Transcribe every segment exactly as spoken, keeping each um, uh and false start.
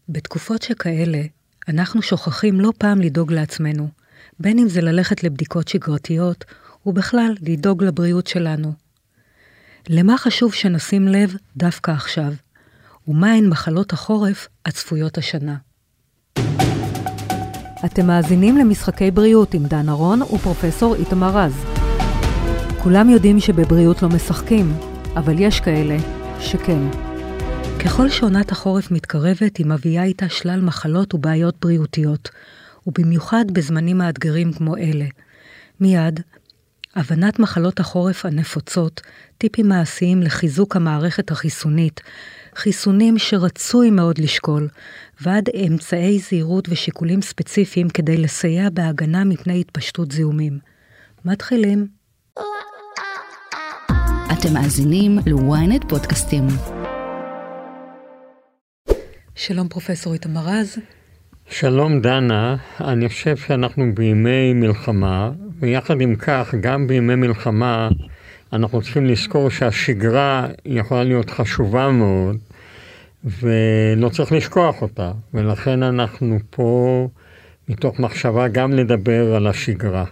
בתקופות שכאלה, אנחנו שוכחים לא פעם לדאוג לעצמנו, בין אם זה ללכת לבדיקות שגרתיות, ובכלל לדאוג לבריאות שלנו. למה חשוב שנשים לב דווקא עכשיו? ומהן מחלות החורף הצפויות השנה? אתם מאזינים למשחקי בריאות עם דן ארון ופרופסור איתמר רז. כולם יודעים שבבריאות לא משחקים, אבל יש כאלה שכן. ככל שעונת החורף מתקרבת, היא מביאה איתה שלל מחלות ובעיות בריאותיות, ובמיוחד בזמנים מאתגרים כמו אלה. מיד, הבנת מחלות החורף הנפוצות, טיפים מעשיים לחיזוק המערכת החיסונית, חיסונים שרצוי מאוד לשקול, ועד אמצעי זהירות ושיקולים ספציפיים כדי לסייע בהגנה מפני התפשטות זיהומים. מתחילים. אתם מאזינים ל-וויינט פודקאסטים. שלום פרופסור איתמר רז. שלום דנה, אני חושב שאנחנו בימי מלחמה, ויחד עם כך גם בימי מלחמה אנחנו צריכים לזכור שהשגרה יכולה להיות חשובה מאוד, ולא צריך לשכוח אותה, ולכן אנחנו פה מתוך מחשבה גם לדבר על השגרה.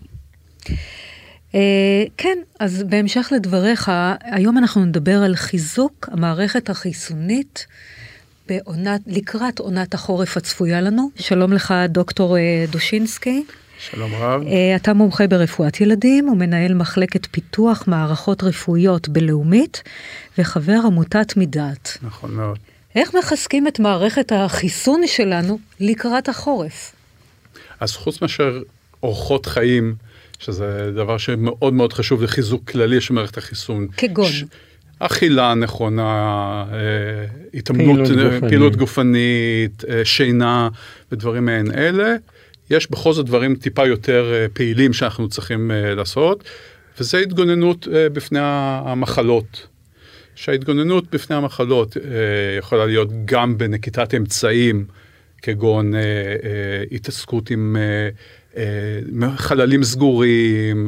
כן, אז בהמשך לדבריך, היום אנחנו נדבר על חיזוק המערכת החיסונית בעונת, לקראת עונת החורף הצפויה לנו. שלום לך דוקטור דושינסקי. שלום רב. אתה מומחה ברפואת ילדים ומנהל מחלקת פיתוח מערכות רפואיות בלאומית וחבר עמותת מדעת. נכון מאוד. איך מחזקים את מערכת החיסון שלנו לקראת החורף? אז חוץ מאשר אורחות חיים, שזה דבר שמאוד מאוד חשוב לחיזוק כללי של מערכת החיסון. כגון? ש... אכילה נכונה, התאמנות, פעילות, פעילות גופנית, שינה ודברים מהן אלה. יש בכל זאת דברים טיפה יותר פעילים שאנחנו צריכים לעשות, וזה התגוננות בפני המחלות. שההתגוננות בפני המחלות יכולה להיות גם בנקיטת אמצעים, כגון התעסקות עם חללים סגורים,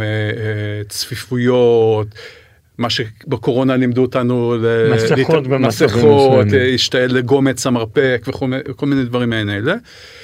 צפיפויות, מה שבקורונה לימדו אותנו, מסכות מסכות, השתעל לגומץ המרפק וכל מיני דברים מהן אלה.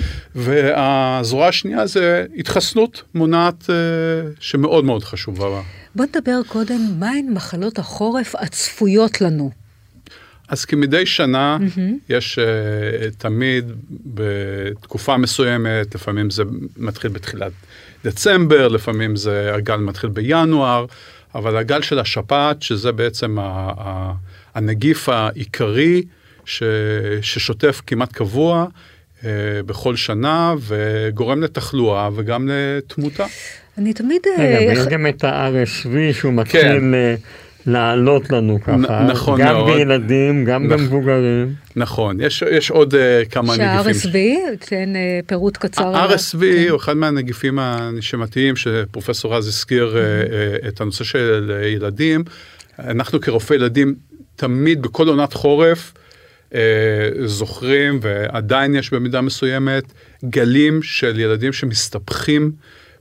והזרוע השנייה זה התחסנות מונעת שמאוד מאוד חשובה. בוא נדבר קודם, מהן מחלות החורף הצפויות לנו? אז כמדי שנה mm-hmm. יש uh, תמיד בתקופה מסוימת, לפעמים זה מתחיל בתחילת דצמבר, לפעמים זה הגל מתחיל בינואר, אבל הגל של השפעת, שזה בעצם ה- ה- הנגיף העיקרי ש- ששוטף כמעט קבוע uh, בכל שנה, וגורם לתחלואה וגם לתמותה. אני תמיד... רגע, ויש גם את ה-אר אס וי שהוא מתחיל... כן. לעלות לנו ככה, נכון גם מאוד. בילדים, גם נכ... במבוגרים. נכון, יש, יש עוד uh, כמה נגיפים. שה-אר אס וי, תן uh, פירוט קצר. ה-אר אס וי כן. הוא אחד מהנגיפים הנשימתיים, שפרופסור רז הזכיר mm-hmm. uh, את הנושא של ילדים. אנחנו כרופאי ילדים, תמיד בכל עונת חורף, uh, זוכרים, ועדיין יש במידה מסוימת, גלים של ילדים שמסתבכים,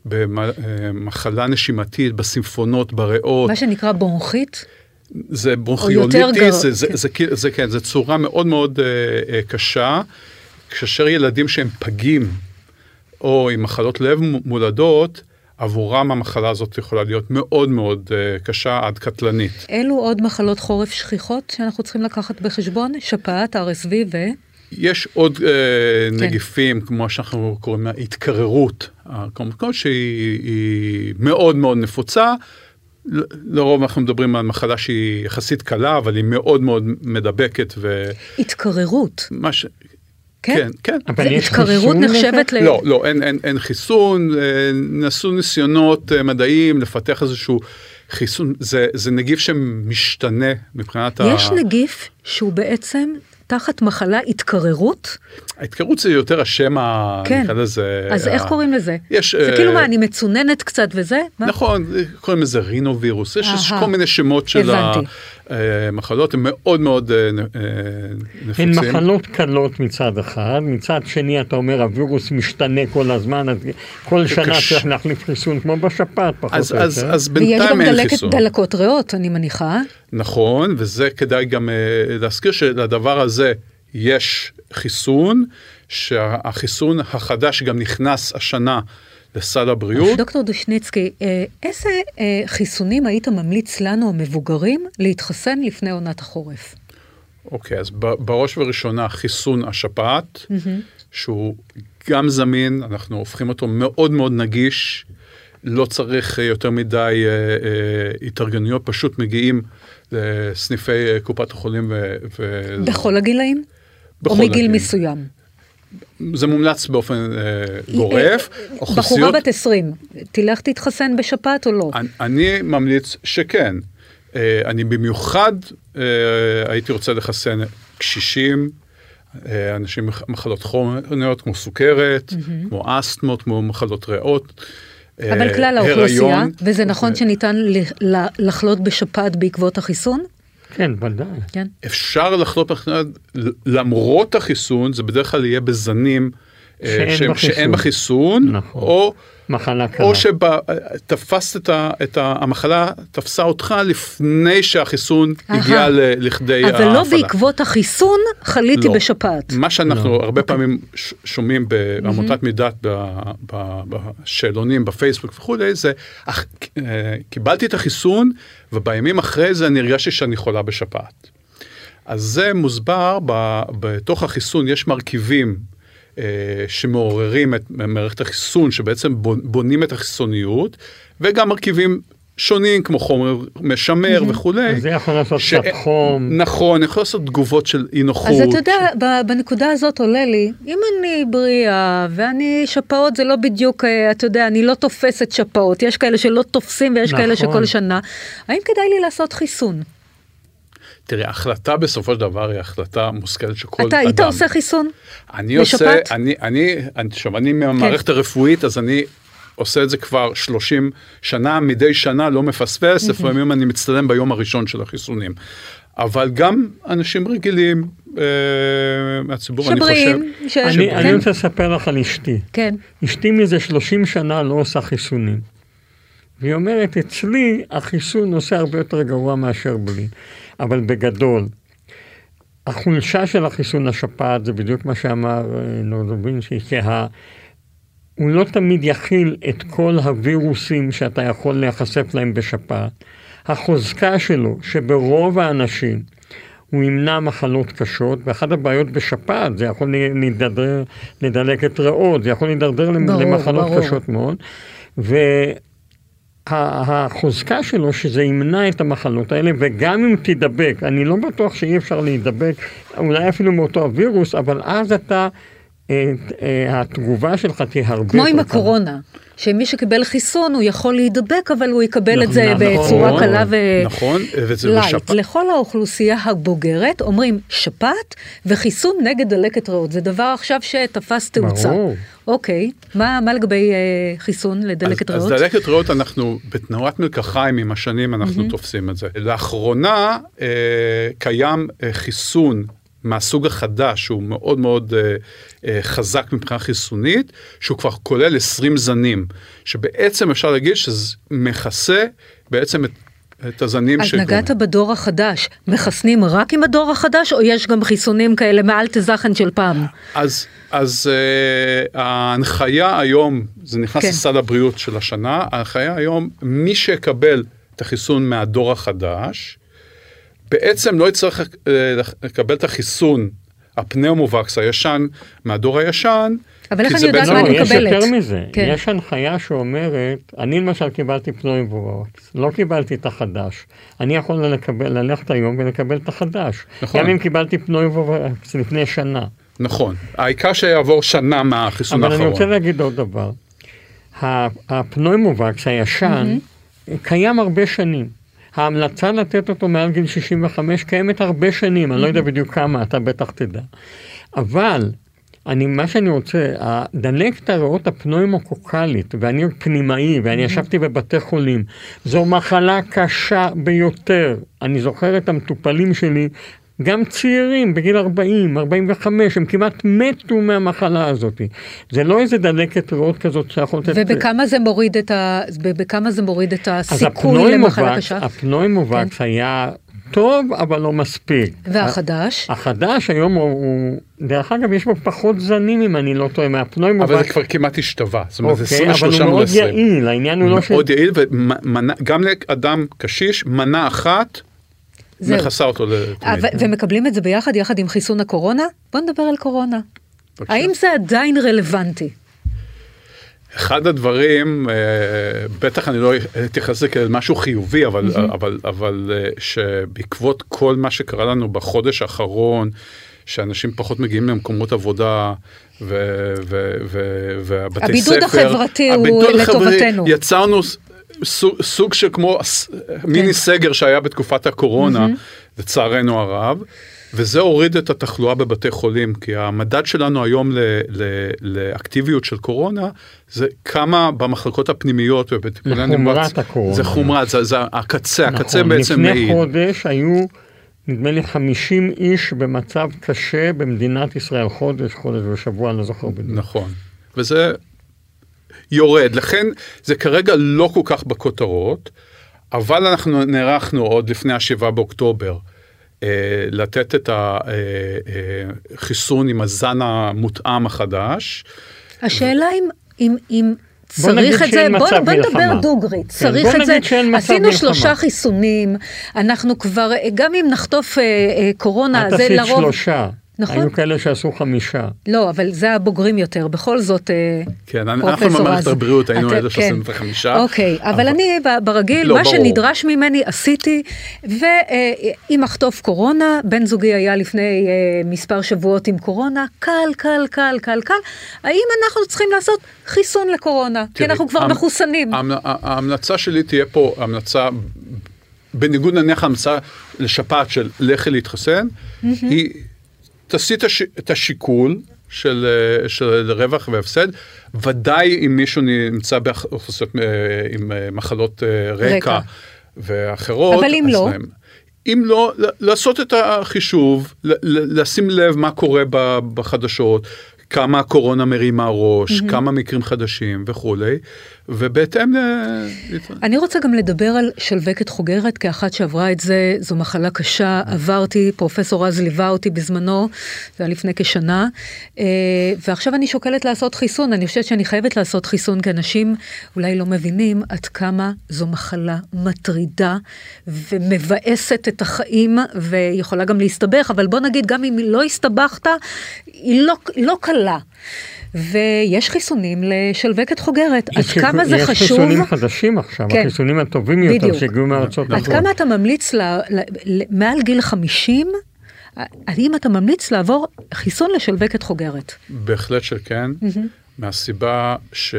במחלה נשימתית, בסימפונות, בריאות. מה שנקרא בronchite? זה ברונכיוליטיס, זה, זה, זה, זה, זה, כן, זה צורה מאוד מאוד uh, קשה, כאשר ילדים שהם פגים, או עם מחלות לב מולדות, עבורם המחלה הזאת יכולה להיות מאוד מאוד uh, קשה עד קטלנית. אלו עוד מחלות חורף שכיחות שאנחנו צריכים לקחת בחשבון? שפעת, אר אס וי ו... יש עוד uh, כן. נגיפים, כמו שאנחנו קוראים לה, התקררות, כמובן שהיא מאוד מאוד נפוצה, לרוב אנחנו מדברים על מחלה שהיא יחסית קלה, אבל היא מאוד מאוד מדבקת. ו... התקררות. מה ש... כן, כן. כן. זה התקררות נחשבת ל... לא, לא, אין, אין, אין חיסון, נעשו ניסיונות מדעיים לפתח איזשהו חיסון, זה, זה נגיף שמשתנה מבחינת יש ה... יש נגיף שהוא בעצם... תחת מחלה התקררות? ההתקררות זה יותר השם כן. לזה. אז איך קוראים לזה? יש, זה כאילו מה, אני מצוננת קצת וזה? נכון, קוראים לזה רינווירוס. יש כל מיני שמות של המחלות, הן מאוד מאוד נפוצים. הן מחלות קלות מצד אחד, מצד שני אתה אומר, הווירוס משתנה כל הזמן, כל שנה צריך להחליף חיסון, כמו בשפעת פחות. אז בינתיים אין חיסון. ויש גם דלקות ריאות, אני מניחה. נכון, וזה כדאי גם להזכיר שלדבר הזה יש חיסון, שהחיסון החדש גם נכנס השנה לסל הבריאות. דוקטור דושניצקי, איזה חיסונים היית ממליץ לנו המבוגרים להתחסן לפני עונת החורף? אוקיי, אז בראש וראשונה חיסון השפעת, שהוא גם זמין, אנחנו הופכים אותו מאוד מאוד נגיש, לא צריך יותר מדי התארגנויות, פשוט מגיעים לסניפי קופת החולים. בכל הגילאים? או מגיל מסוים? זה מומלץ באופן גורף. בחורה בת עשרים, תלך תתחסן בשפעת או לא? אני ממליץ שכן. אני במיוחד הייתי רוצה לחסן קשישים, אנשים עם מחלות כרוניות כמו סוכרת, כמו אסתמות, כמו מחלות ריאות. אבל כלל האוכלוסייה, וזה נכון שניתן לחלות בשפעת בעקבות החיסון? כן, ודאי. כן. אפשר לחלות בשפעת למרות החיסון, זה בדרך כלל יהיה בזנים שאין, שאין בחיסון, נכון. או, מחלה קלה. או שתפסת את, ה, את ה, המחלה, תפסה אותך לפני שהחיסון Aha. הגיע ל, לכדי ההפעלה. אבל ההפעלה. לא בעקבות החיסון חליתי לא. בשפעת. מה שאנחנו לא. הרבה okay. פעמים שומעים בעמותת מידת, בשאלונים, בפייסבוק וכו', זה, קיבלתי את החיסון, ובימים אחרי זה אני הרגשתי שאני חולה בשפעת. אז זה מוסבר, בתוך החיסון יש מרכיבים, שמעוררים את מערכת החיסון, שבעצם בונים את החיסוניות, וגם מרכיבים שונים, כמו חומר משמר וכו'. זה יכול לעשות קצת חום. נכון, יכול לעשות תגובות של אי נוחות. אז אתה יודע, בנקודה הזאת עולה לי, אם אני בריאה, ואני שפעות, זה לא בדיוק, אתה יודע, אני לא תופסת שפעות, יש כאלה שלא תופסים, ויש כאלה שכל שנה. האם כדאי לי לעשות חיסון? תראה, ההחלטה בסופו של דבר היא החלטה מושכלת שכל אדם. אתה היית עושה חיסון? אני עושה, אני, אני, אני, שוב, אני מהמערכת הרפואית, אז אני עושה את זה כבר שלושים שנה, מדי שנה לא מפספס, לפעמים אני מצטלם ביום הראשון של החיסונים. אבל גם אנשים רגילים מהציבור, אני חושב. שבריאים. אני רוצה לספר לך על אשתי. כן. אשתי מזה שלושים שנה לא עושה חיסונים. והיא אומרת, אצלי החיסון עושה הרבה יותר גרוע מאשר בלי. אבל בגדול, החולשה של החיסון השפעת, זה בדיוק מה שאמר נורדובינסקי, שהוא לא תמיד יכיל את כל הווירוסים שאתה יכול להיחשף להם בשפעת. החוזקה שלו, שברוב האנשים הוא ימנע מחלות קשות, ואחת הבעיות בשפעת, זה יכול להידרדר, לדלקת ריאות, זה יכול להידרדר ברור, למחלות ברור. קשות מאוד, ו... החוזקה שלו שזה ימנע את המחלות האלה, וגם אם תדבק, אני לא בטוח שאי אפשר להידבק, אולי אפילו מאותו הווירוס, אבל אז אתה, התגובה שלך תהיה הרבה... כמו עם הקורונה, שמי שקיבל חיסון הוא יכול להידבק, אבל הוא יקבל את זה בצורה קלה ו... נכון, וזה בשפעת. לכל האוכלוסייה הבוגרת אומרים שפעת וחיסון נגד דלקת ריאות. זה דבר עכשיו שתפס תאוצה. ברור. אוקיי, מה, מה לגבי uh, חיסון לדלקת ריאות? אז דלקת ריאות אנחנו, בתנועת מלקחיים עם השנים אנחנו mm-hmm. תופסים את זה. לאחרונה uh, קיים uh, חיסון מהסוג החדש, שהוא מאוד מאוד uh, uh, חזק מבחינה חיסונית, שהוא כבר כולל עשרים זנים, שבעצם אפשר להגיד שזה מכסה בעצם את את הזנים אז נגעת בדור החדש, מחסנים רק עם הדור החדש, או יש גם חיסונים כאלה מעל תזכן של פעם? אז, אז uh, ההנחיה היום, זה נכנס כן. לסל הבריאות של השנה, ההנחיה היום, מי שיקבל את החיסון מהדור החדש, בעצם לא יצטרך uh, לקבל את החיסון, הפנאומובקס הישן, מהדור הישן, אבל איך אני יודעת מה אני מקבלת? יש יותר מזה, כן. יש הנחיה שאומרת, אני למשל קיבלתי פנאומובקס, לא קיבלתי את החדש, אני יכול לקבל, ללכת היום ולקבל את החדש, נכון. גם אם קיבלתי פנאומובקס לפני שנה. נכון, העיקר שיעבור שנה מהחיסון האחרון. אבל אני רוצה להגיד עוד דבר, הפנאומובקס הישן mm-hmm. קיים הרבה שנים, ההמלצה לתת אותו מעל גיל שישים וחמש קיימת הרבה שנים, אני לא יודע בדיוק כמה, אתה בטח תדע. אבל, אני, מה שאני רוצה, דלקת הריאות הפנאומוקוקלית, ואני פנימאי, ואני ישבתי בבתי חולים, זו מחלה קשה ביותר. אני זוכר את המטופלים שלי, גם צעירים, בגיל ארבעים, ארבעים וחמש, הם כמעט מתו מהמחלה הזאת. זה לא איזה דלקת ריאות כזאת שיכול לתת... ובכמה זה מוריד את ה... בכמה זה מוריד את הסיכוי למחלה קשה? הפנאומובקס היה טוב, אבל לא מספיק. והחדש? החדש היום הוא, דרך אגב, יש בו פחות זנים, אם אני לא טועה, מהפנויים. אבל זה כבר כמעט השתווה. זאת אומרת, אוקיי, אבל הוא מאוד יעיל, העניין הוא לא ש... מאוד יעיל, וגם לאדם קשיש, מנה אחת, מכסה אותו לתמיד. ומקבלים את זה ביחד, יחד עם חיסון הקורונה? בוא נדבר על קורונה. האם זה עדיין רלוונטי? אחד הדברים, בטח אני לא אתייחס לזה כמשהו חיובי, אבל, אבל, אבל שבעקבות כל מה שקרה לנו בחודש האחרון, שאנשים פחות מגיעים למקומות עבודה, ו- ו- ו- והבתי הבידוד ספר. החברתי הוא לטובתנו. יצרנו סוג, סוג של כמו מיני סגר שהיה בתקופת הקורונה, לצערנו הרב, וזה הוריד את התחלואה בבתי חולים, כי המדד שלנו היום ל- ל- לאקטיביות של קורונה, זה כמה במחלקות הפנימיות ובטיפולי נמרץ. הקורונה. זה חומרת, זה, זה הקצה, נכון, הקצה בעצם מעיד. לפני חודש היו, נדמה לי, חמישים איש במצב קשה במדינת ישראל, חודש, חודש ושבוע, אני לא זוכר בדיוק. נכון, וזה יורד, לכן זה כרגע לא כל כך בכותרות, אבל אנחנו נערכנו עוד לפני השבעה באוקטובר, לתת את החיסון עם הזן המותאם החדש. השאלה אם, אם צריך את זה, בוא, בוא נדבר דוגרית, צריך את זה, עשינו שלושה חיסונים, אנחנו כבר, גם אם נחטוף קורונה, זה לרוב... את עשית שלושה. נכון? היו כאלה שעשו חמישה. לא, אבל זה הבוגרים יותר, בכל זאת כן, אנחנו במערכת הבריאות היינו אלה שעשינו את החמישה. אוקיי, אבל אני ברגיל, מה שנדרש ממני עשיתי, ואם אחטוף קורונה, בן זוגי היה לפני מספר שבועות עם קורונה, קל, קל, קל, קל, קל, האם אנחנו צריכים לעשות חיסון לקורונה? כי אנחנו כבר מחוסנים. ההמלצה שלי תהיה פה, המלצה, בניגוד נניח ההמלצה לשפעת של לכי להתחסן, היא... תעשי את השיקול של, של רווח והפסד, ודאי אם מישהו נמצא באוכלוסיות עם מחלות רקע, רקע. ואחרות. אבל אם לא? להם, אם לא, לעשות את החישוב, לשים לב מה קורה בחדשות, כמה הקורונה מרימה ראש, mm-hmm. כמה מקרים חדשים וכולי, ובהתאם ל... אני רוצה גם לדבר על שלווקת חוגרת, כאחת שעברה את זה, זו מחלה קשה, עברתי, פרופסור רז ליווה אותי בזמנו, זה היה לפני כשנה, ועכשיו אני שוקלת לעשות חיסון, אני חושבת שאני חייבת לעשות חיסון, כי אנשים אולי לא מבינים עד כמה זו מחלה מטרידה, ומבאסת את החיים, ויכולה גם להסתבך, אבל בוא נגיד, גם אם לא הסתבכת, היא לא, לא קלה. ויש חיסונים לשלווקת חוגרת. עד כמה זה חשוב... יש חיסונים חדשים עכשיו, כן. החיסונים הטובים יותר בדיוק. שהגיעו מארצות. עד כמה אתה ממליץ ל, ל, ל, מעל גיל חמישים, האם אתה ממליץ לעבור חיסון לשלווקת חוגרת? בהחלט שכן, mm-hmm. מהסיבה ש...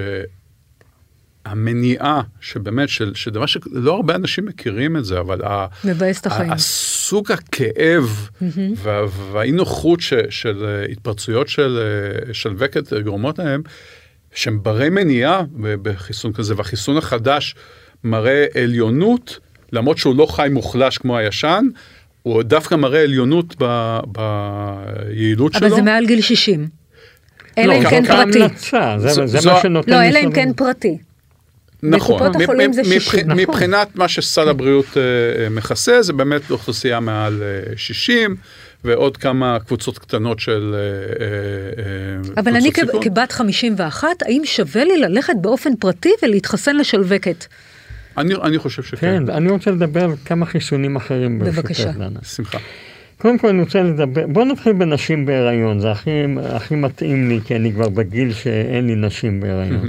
המניעה שבאמת, של, שדבר שלא הרבה אנשים מכירים את זה, אבל מבאס את החיים. הסוג הכאב mm-hmm. וה, והאי-נוחות ש, של התפרצויות של שלווקת גורמות להם, שהם ברי מניעה בחיסון כזה, והחיסון החדש מראה עליונות, למרות שהוא לא חי מוחלש כמו הישן, הוא דווקא מראה עליונות ב, ביעילות שלו. אבל זה מעל גיל שישים. אלא אם כן פרטי. זה מה שנותן... לא, אלא אם כן פרטי. נכון, מבחינת מה שסל הבריאות מכסה, זה באמת אוכלוסייה מעל שישים, ועוד כמה קבוצות קטנות של קבוצות סיכון. אבל אני כבת חמישים ואחת, האם שווה לי ללכת באופן פרטי ולהתחסן לשלווקת? אני חושב שכן. כן, אני רוצה לדבר כמה חיסונים אחרים. בבקשה. שמחה. קודם כל אני רוצה לדבר, בוא נתחיל בנשים בהיריון, זה הכי, הכי מתאים לי, כי אני כבר בגיל שאין לי נשים בהיריון.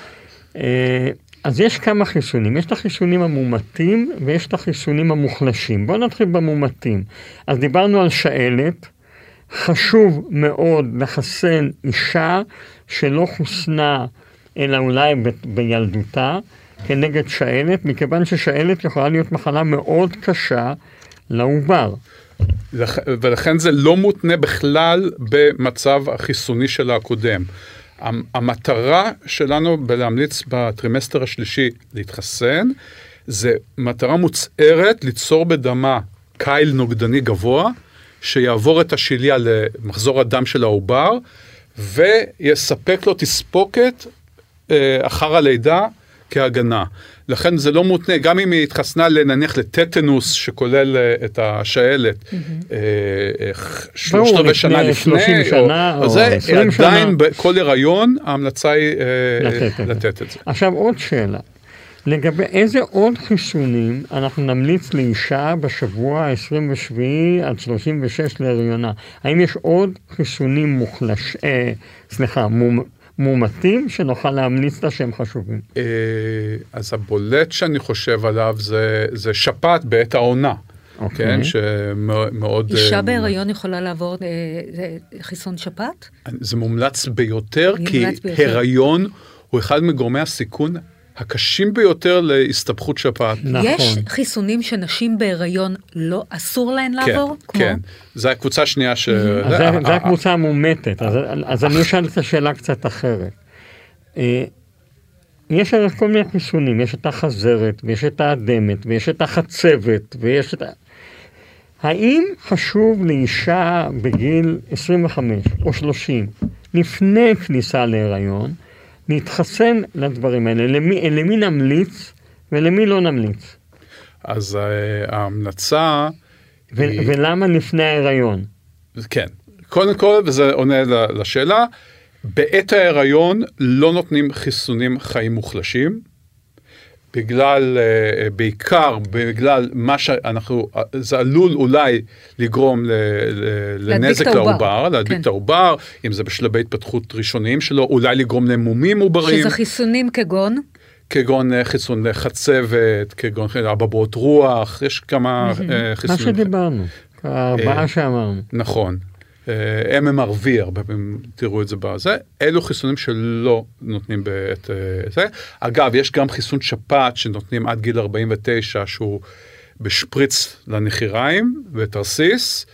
אז יש כמה חיסונים, יש את החיסונים המומתים ויש את החיסונים המוחלשים. בואו נתחיל במומתים. אז דיברנו על שעלת, חשוב מאוד לחסן אישה שלא חוסנה אלא אולי ב- בילדותה כנגד שעלת, מכיוון ששעלת יכולה להיות מחלה מאוד קשה לעובר. ולכן זה לא מותנה בכלל במצב החיסוני של הקודם. המטרה שלנו בלהמליץ בטרימסטר השלישי להתחסן, זה מטרה מוצערת ליצור בדמה קייל נוגדני גבוה, שיעבור את השיליה למחזור הדם של העובר, ויספק לו תספוקת אחר הלידה, כהגנה. לכן זה לא מותנה, גם אם היא התחסנה לנניח לטטנוס, שכולל את השאלת, שלושת רבעי שנה לפני, או זה, עדיין בכל הריון, ההמלצה היא לתת את זה. עכשיו עוד שאלה. לגבי איזה עוד חיסונים אנחנו נמליץ לאישה בשבוע ה-עשרים ושבע עד שלושים ושש להריונה? האם יש עוד חיסונים מוחלש, אה, סליחה, מומתים שנוכל להמליץ לה שהם חשובים? אה, אז הבולט שאני חושב עליו זה, זה שפעת בעת העונה. אוקיי. כן, שמאוד... אישה בהיריון יכולה לעבור אה, חיסון שפעת? זה מומלץ ביותר, כי הריון הוא אחד מגורמי הסיכון הקשים ביותר להסתבכות שפעת. נכון. יש חיסונים שנשים בהיריון לא אסור להן לעבור? כן, כן. זו הקבוצה השנייה ש... זו הקבוצה המומתת. אז אני אשאל את השאלה קצת אחרת. יש כל מיני חיסונים, יש את החזרת, ויש את האדמת, ויש את החצבת, ויש את... האם חשוב לאישה בגיל עשרים וחמש או שלושים, לפני כניסה להיריון, להתחסן לדברים האלה? למי, למי נמליץ ולמי לא נמליץ? אז uh, ההמלצה... ו- היא... ולמה לפני ההיריון? כן. קודם כל, וזה עונה לשאלה, בעת ההיריון לא נותנים חיסונים חיים מוחלשים, בגלל, uh, בעיקר בגלל מה שאנחנו, זה עלול אולי לגרום ל, ל, לנזק לעובר, להדביק את העובר, אם זה בשלבי התפתחות ראשוניים שלו, אולי לגרום למומים עוברים. שזה חיסונים כגון? כגון חיסון לחצבת, כגון אבעבועות רוח, יש כמה חיסונים. מה שדיברנו, ארבעה שאמרנו. נכון. אם אם אר וי, הרבה פעמים תראו את זה בזה, אלו חיסונים שלא נותנים בעת זה. אגב, יש גם חיסון שפעת שנותנים עד גיל ארבעים ותשע, שהוא בשפריץ לנחיריים ותרסיס,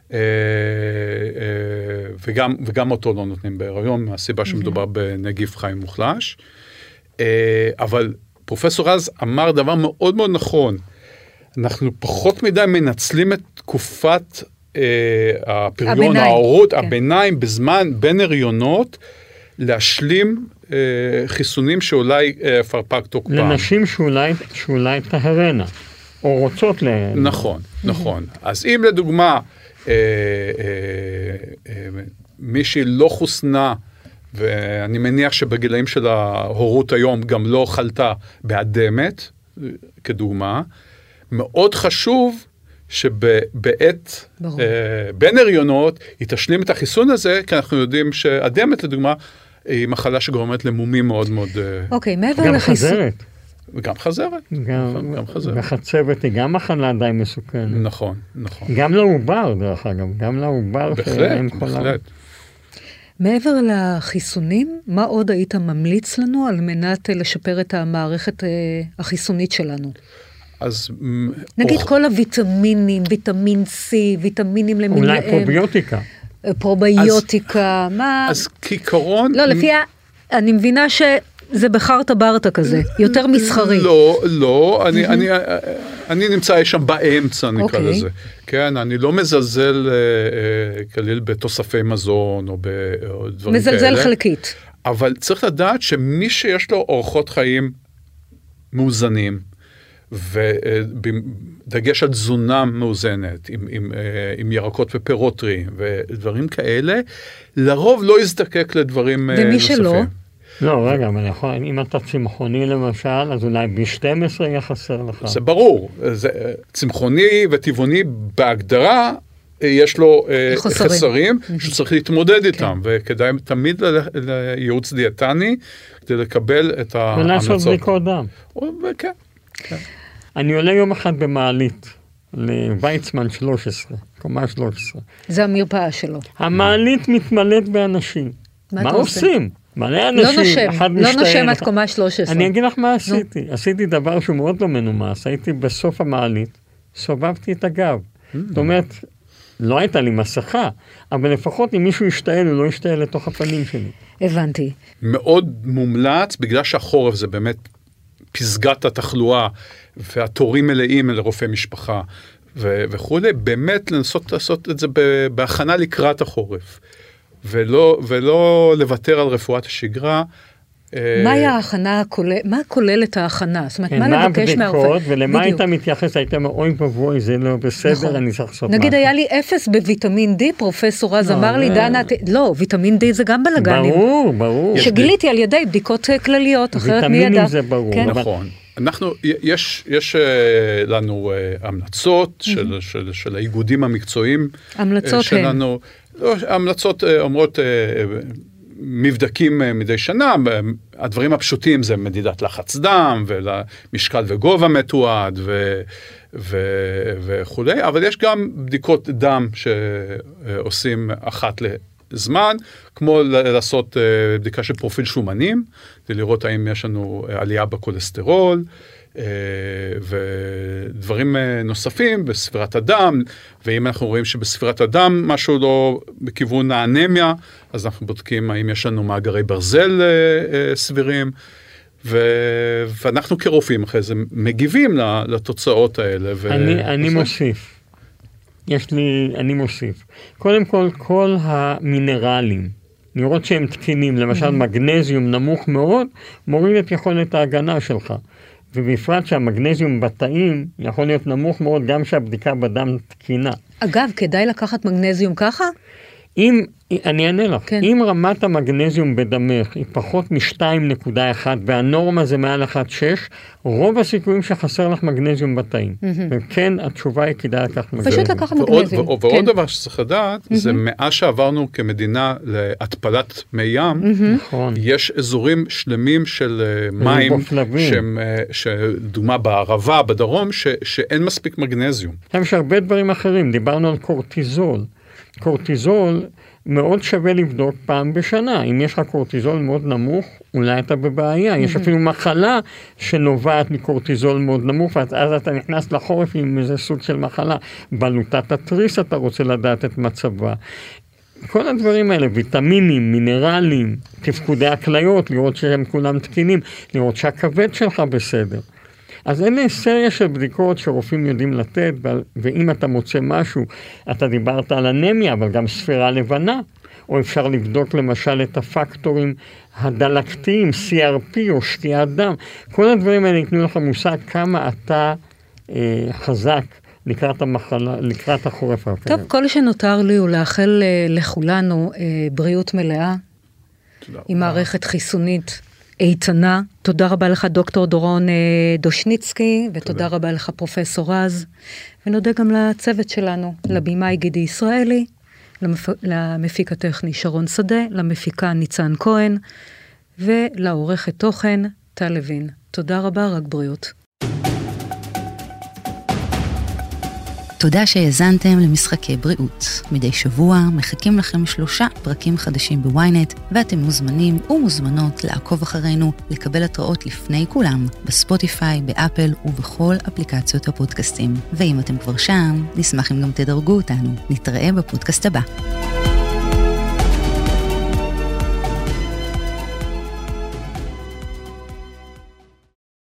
וגם, וגם אותו לא נותנים בהיריון, מהסיבה שמדובר בנגיף חיים מוחלש. אבל פרופסור רז אמר דבר מאוד מאוד נכון, אנחנו פחות מדי מנצלים את תקופת הפריון, ההורות, הביניים, בזמן בין הריונות, להשלים חיסונים שאולי פרפק תוקפם. לנשים שאולי, שאולי תהרנה, או רוצות ל... נכון, נכון. אז אם לדוגמה, מישהי לא חוסנה, ואני מניח שבגילאים של ההורות היום גם לא חלתה באדמת, כדוגמה, מאוד חשוב שבעת uh, בין הריונות היא תשלים את החיסון הזה, כי אנחנו יודעים שאדמת, לדוגמה, היא מחלה שגורמת למומים מאוד מאוד... אוקיי, okay, מעבר גם לחיסון... חזרת. גם חזרת. גם, גם חזרת. וחצבת היא גם מחלה די מסוכנת. נכון, נכון. גם לעובר, דרך אגב, גם לעובר. בהחלט, בהחלט. מעבר לחיסונים, מה עוד היית ממליץ לנו על מנת לשפר את המערכת החיסונית שלנו? אז... נגיד כל הוויטמינים, ויטמין C, ויטמינים למיניהם. אולי פרוביוטיקה. פרוביוטיקה, מה... אז כעיקרון... לא, לפי ה... אני מבינה שזה בחרטה ברטה כזה, יותר מסחרי. לא, לא, אני, אני, אני נמצא שם באמצע, נקרא לזה. כן, אני לא מזלזל כליל בתוספי מזון או בדברים כאלה. מזלזל חלקית. אבל צריך לדעת שמי שיש לו אורחות חיים מאוזנים, ודגש על תזונה מאוזנת, עם, עם, עם ירקות ופירות טריים, ודברים כאלה, לרוב לא יזדקק לדברים נוספים. ומי שלא? לא, רגע, אבל יכול, אם אתה צמחוני למשל, אז אולי ב שתים עשרה יהיה חסר לך. זה ברור. זה, צמחוני וטבעוני בהגדרה, יש לו חסרים, חסרים שצריך להתמודד כן. איתם, וכדאי תמיד לייעוץ דיאטני, כדי לקבל את ההמלצות. ולעשות בדיקות דם. כן, כן. אני עולה יום אחד במעלית, לוויצמן שלוש עשרה, קומה שלוש עשרה. זה המרפאה שלו. המעלית מתמלאת באנשים. מה, מה עושים? מלא אנשים, לא נושם, אחד לא משתער. נושם עד קומה שלוש עשרה. אני אגיד לך מה עשיתי. No. עשיתי דבר שהוא מאוד לא מנומס. הייתי בסוף המעלית, סובבתי את הגב. Mm. זאת אומרת, לא הייתה לי מסכה, אבל לפחות אם מישהו ישתעל, הוא לא ישתעל לתוך הפנים שלי. הבנתי. מאוד מומלץ, בגלל שהחורף זה באמת פסגת התחלואה, והתורים מלאים לרופאי משפחה, ו- וכו', באמת לנסות לעשות את זה בהכנה לקראת החורף. ולא, ולא לוותר על רפואת השגרה, מהי ההכנה, מה כוללת ההכנה? זאת אומרת, מה לבקש מהרופא? מה הבדיקות, ולמה היית מתייחס, היית אוי ובוי, זה לא בסדר, אני צריך לעשות משהו. נגיד, היה לי אפס בוויטמין די, פרופסור רז אמר לי, דנה, לא, ויטמין די זה גם בלגנים. ברור, ברור. שגיליתי על ידי בדיקות כלליות, אחרת מי ידע. ויטמינים זה ברור. נכון. אנחנו, יש, יש לנו המלצות של, של, של האיגודים המקצועיים. המלצות שלנו, המלצות אומרות מבדקים מדי שנה, הדברים הפשוטים זה מדידת לחץ דם, ולמשקל וגובה מתועד, ו, ו, וכולי, אבל יש גם בדיקות דם שעושים אחת לזמן, כמו לעשות בדיקה של פרופיל שומנים, כדי לראות האם יש לנו עלייה בקולסטרול, ודברים נוספים בספירת הדם, ואם אנחנו רואים שבספירת הדם משהו לא בכיוון האנמיה, אז אנחנו בודקים האם יש לנו מאגרי ברזל סבירים, ואנחנו כרופאים אחרי זה מגיבים לתוצאות האלה. אני, אני מוסיף. יש לי, אני מוסיף. קודם כל, כל המינרלים, לראות שהם תקינים, למשל מגנזיום נמוך מאוד, מוריד את יכולת ההגנה שלך. ובפרט שהמגנזיום בתאים יכול להיות נמוך מאוד, גם שהבדיקה בדם תקינה. אגב, כדאי לקחת מגנזיום ככה? אם, אני אענה לך, כן. אם רמת המגנזיום בדמך היא פחות מ-שתיים נקודה אחת, והנורמה זה מעל אחת נקודה שש, רוב הסיכויים שחסר לך מגנזיום בתאים. Mm-hmm. וכן, התשובה היא כדאי לקחת מגנזיום. פשוט לקחת מגנזיום. ועוד, ועוד כן. דבר שצריך לדעת, mm-hmm. זה מאז שעברנו כמדינה להתפלת מי ים, mm-hmm. יש אזורים שלמים של מים, שהם, שדומה בערבה, בדרום, ש, שאין מספיק מגנזיום. יש הרבה דברים אחרים, דיברנו על קורטיזול. קורטיזול מאוד שווה לבדוק פעם בשנה. אם יש לך קורטיזול מאוד נמוך, אולי אתה בבעיה. יש אפילו מחלה שנובעת מקורטיזול מאוד נמוך, ואז אתה נכנס לחורף עם איזה סוג של מחלה. בלוטת התריס אתה רוצה לדעת את מצבה. כל הדברים האלה, ויטמינים, מינרלים, תפקודי הכליות, לראות שהם כולם תקינים, לראות שהכבד שלך בסדר. אז אלה סריה של בדיקות שרופאים יודעים לתת, ואם אתה מוצא משהו, אתה דיברת על אנמיה, אבל גם ספירה לבנה, או אפשר לבדוק למשל את הפקטורים הדלקתיים, סי אר פי או שתיית דם. כל הדברים האלה ייתנו לך מושג כמה אתה אה, חזק לקראת המחלה, לקראת החורף. טוב, כל שנותר לי הוא לאחל אה, לכולנו אה, בריאות מלאה, עם מערכת חיסונית איתנה. תודה רבה לך דוקטור דורון דושניצקי, ותודה רבה לך פרופסור רז, ונודה גם לצוות שלנו, לבימאי גידי ישראלי, למפ... למפיק הטכני שרון שדה, למפיקה ניצן כהן, ולעורכת תוכן טל לוין. תודה רבה, רק בריאות. תודה שהאזנתם למשחקי בריאות. מדי שבוע מחכים לכם שלושה פרקים חדשים בוויינט, ואתם מוזמנים ומוזמנות לעקוב אחרינו, לקבל התראות לפני כולם, בספוטיפיי, באפל ובכל אפליקציות הפודקאסטים. ואם אתם כבר שם, נשמח אם גם תדרגו אותנו. נתראה בפודקאסט הבא.